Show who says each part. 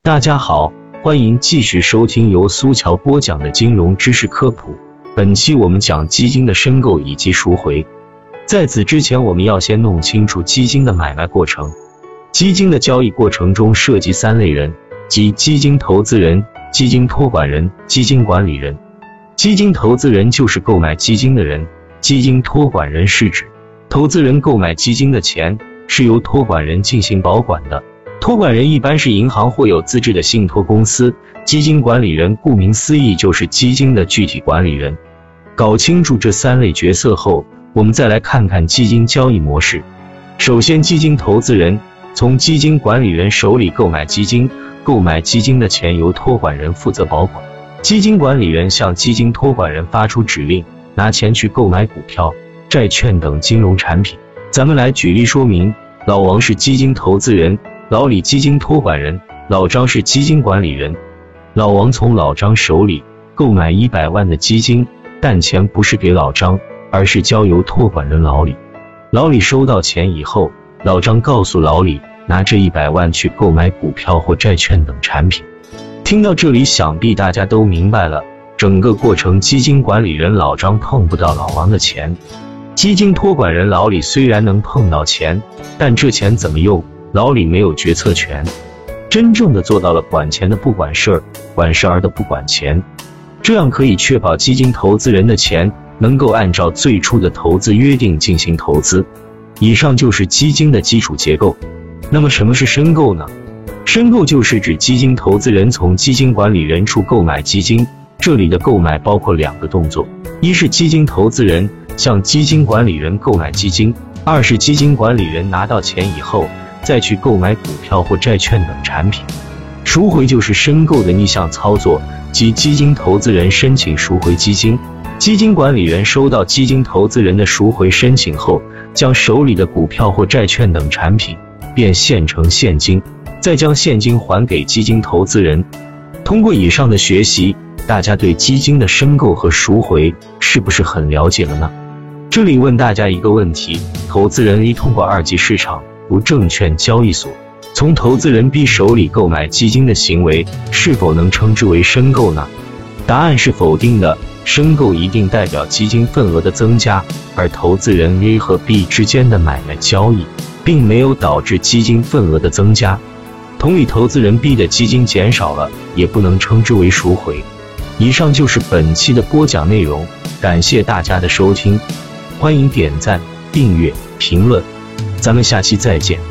Speaker 1: 大家好，欢迎继续收听由苏乔播讲的金融知识科普。本期我们讲基金的申购以及赎回。在此之前，我们要先弄清楚基金的买卖过程。基金的交易过程中涉及三类人，即基金投资人、基金托管人、基金管理人。基金投资人就是购买基金的人，基金托管人是指投资人购买基金的钱是由托管人进行保管的。托管人一般是银行或有资质的信托公司，基金管理人顾名思义就是基金的具体管理人。搞清楚这三类角色后，我们再来看看基金交易模式。首先，基金投资人从基金管理人手里购买基金，购买基金的钱由托管人负责保管。基金管理人向基金托管人发出指令，拿钱去购买股票、债券等金融产品。咱们来举例说明。老王是基金投资人，老李基金托管人，老张是基金管理人。老王从老张手里购买100万的基金，但钱不是给老张，而是交由托管人老李。老李收到钱以后，老张告诉老李，拿这100万去购买股票或债券等产品。听到这里，想必大家都明白了，整个过程基金管理人老张碰不到老王的钱。基金托管人老李虽然能碰到钱，但这钱怎么用，老李没有决策权。真正的做到了管钱的不管事儿，管事儿的不管钱，这样可以确保基金投资人的钱能够按照最初的投资约定进行投资。以上就是基金的基础结构。那么什么是申购呢？申购就是指基金投资人从基金管理人处购买基金，这里的购买包括2个动作，一是基金投资人向基金管理人购买基金，二是基金管理人拿到钱以后再去购买股票或债券等产品。赎回就是申购的逆向操作，即基金投资人申请赎回基金，基金管理人收到基金投资人的赎回申请后，将手里的股票或债券等产品变现成现金，再将现金还给基金投资人。通过以上的学习，大家对基金的申购和赎回是不是很了解了呢？这里问大家一个问题，投资人 A 通过二级市场如证券交易所从投资人 B 手里购买基金的行为，是否能称之为申购呢？答案是否定的。申购一定代表基金份额的增加，而投资人 A 和 B 之间的买卖交易并没有导致基金份额的增加。同理，投资人 B 的基金减少了，也不能称之为赎回。以上就是本期的播讲内容，感谢大家的收听，欢迎点赞、订阅、评论，咱们下期再见。